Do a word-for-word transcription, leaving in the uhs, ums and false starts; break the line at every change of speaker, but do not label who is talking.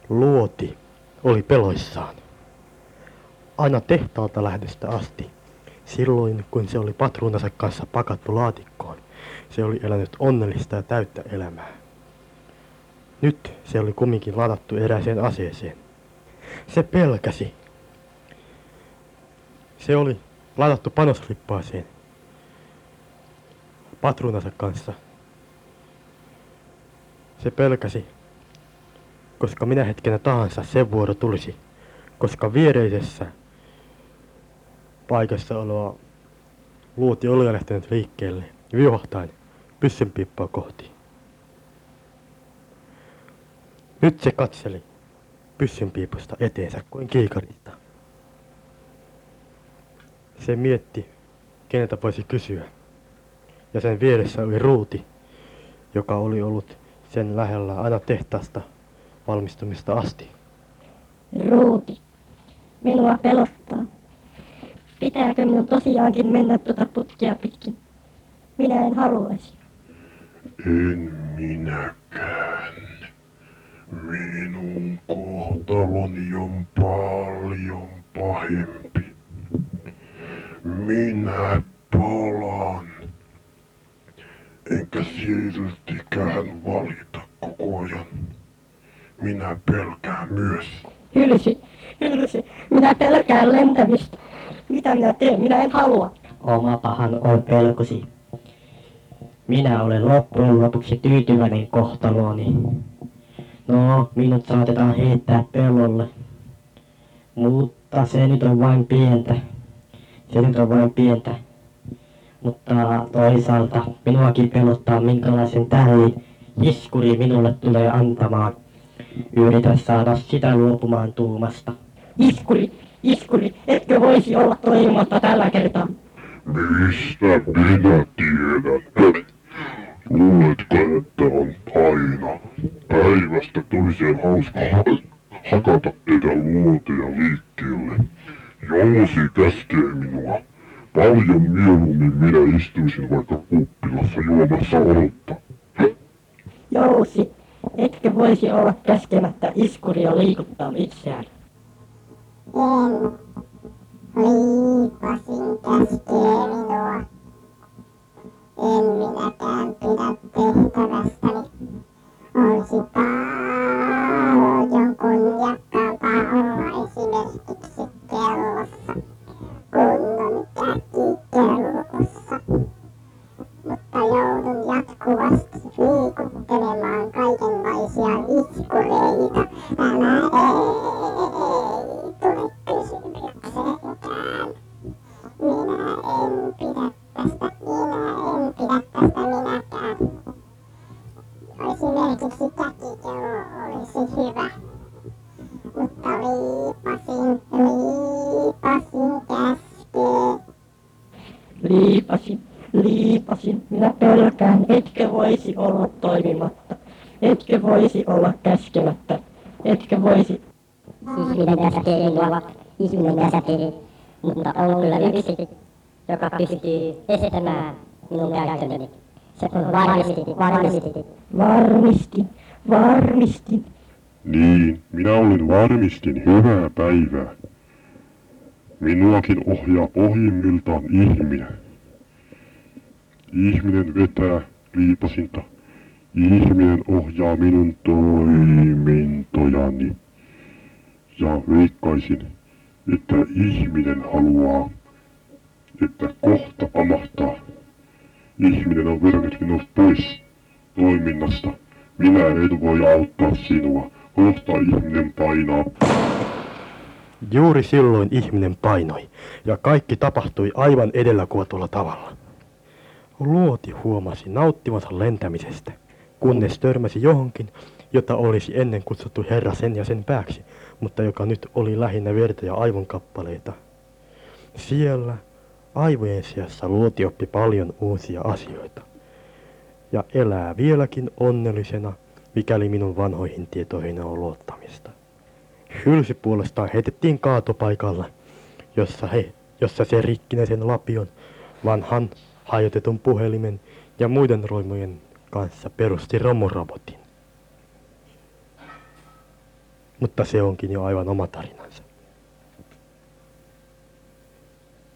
Luoti oli peloissaan. Aina tehtaalta lähdöstä asti, silloin kun se oli patruunansa kanssa pakattu laatikkoon, se oli elänyt onnellista ja täyttä elämää. Nyt se oli kumminkin ladattu erääseen aseeseen. Se pelkäsi. Se oli ladattu panoslippaaseen patruunansa kanssa. Se pelkäsi, koska minä hetkenä tahansa sen vuoro tulisi, koska viereisessä paikassa oleva luoti oli lähtenyt liikkeelle viuhahtaen pyssynpiippua kohti. Nyt se katseli pyssynpiipusta eteensä kuin kiikarista. Se mietti, keneltä voisi kysyä, ja sen vieressä oli Ruuti, joka oli ollut sen lähellä aina tehtaasta valmistumista asti.
Ruuti, minua pelottaa. Pitääkö minun tosiaankin mennä tuota putkea pitkin? Minä en haluaisi.
En minäkään. Minun kohtaloni on paljon pahempi. Minä palaan. Enkä siltikään valita koko ajan. Minä pelkään myös.
Hylsy, hylsy, minä pelkään lentämistä. Mitä minä teen? Minä en halua.
Omapahan on pelkosi. Minä olen loppujen lopuksi tyytyväinen kohtalooni. No, minut saatetaan heittää pellolle. Mutta se nyt on vain pientä. Se nyt on vain pientä. Mutta toisaalta minuakin pelottaa, minkälaisen tällin iskuri minulle tulee antamaan. Yritä saada sitä luopumaan tuumasta.
Iskuri, iskuri, etkö voisi olla toimimatta tällä kertaa?
Mistä minä tiedän? Luuletko, että on aina? Päivästä toiseen hauska ha- hakata teitä luoteja liikkeelle. Jousi käskee minua. Paljon mieluummin minä istuisin vaikka kuppilassa juomassa olutta.
Jousi, etkö voisi olla käskemättä iskuria liikuttaa itseään?
En. Liipasin käskee minua. En minäkään pidä tehtävästäni. Olisi paljon kunniakkaampaa olla esimerkiksi kellossa. Kunnon käkikellossa. Mutta joudun jatkuvasti liikuttelemaan kaikenlaisia iskureita. Tämä ei tule kysymykseenkään. Minä en pidä tästä, minä en pidä tästä minäkään. Esimerkiksi käkikello olisi hyvä. Mutta liipasin, liipasin käskee.
Liipasin, liipasin, minä pelkään, etkö voisi olla toimimatta. Etkö voisi olla käskemättä. Etkö voisi.
Ihminen käskee minua, ihminen käskee, mutta on kyllä yksi, joka pystyy estämään minun käyttöni. Se on varmisti, varmisti.
Varmistin, varmistin.
Niin, minä olen varmistin hyvää päivää. Minuakin ohjaa pohjimmiltaan ihminen. Ihminen vetää liipasinta. Ihminen ohjaa minun toimintojani. Ja veikkaisin, että ihminen haluaa, että kohta pamahtaa. Ihminen on vernyt minut pois toiminnasta. Minä en voi auttaa sinua. Kohta ihminen painaa.
Juuri silloin ihminen painoi, ja kaikki tapahtui aivan edellä kuotulla tavalla. Luoti huomasi nauttivansa lentämisestä, kunnes törmäsi johonkin, jota olisi ennen kutsuttu herra sen ja sen pääksi, mutta joka nyt oli lähinnä verta ja aivonkappaleita. Siellä aivojen sijassa Luoti oppi paljon uusia asioita, ja elää vieläkin onnellisena, mikäli minun vanhoihin tietoihin on luottamista. Hylsy puolestaan heitettiin kaatopaikalla, jossa, he, jossa se rikkinäisen lapion, vanhan hajotetun puhelimen ja muiden roimujen kanssa perusti romurobotin. Mutta se onkin jo aivan oma tarinansa.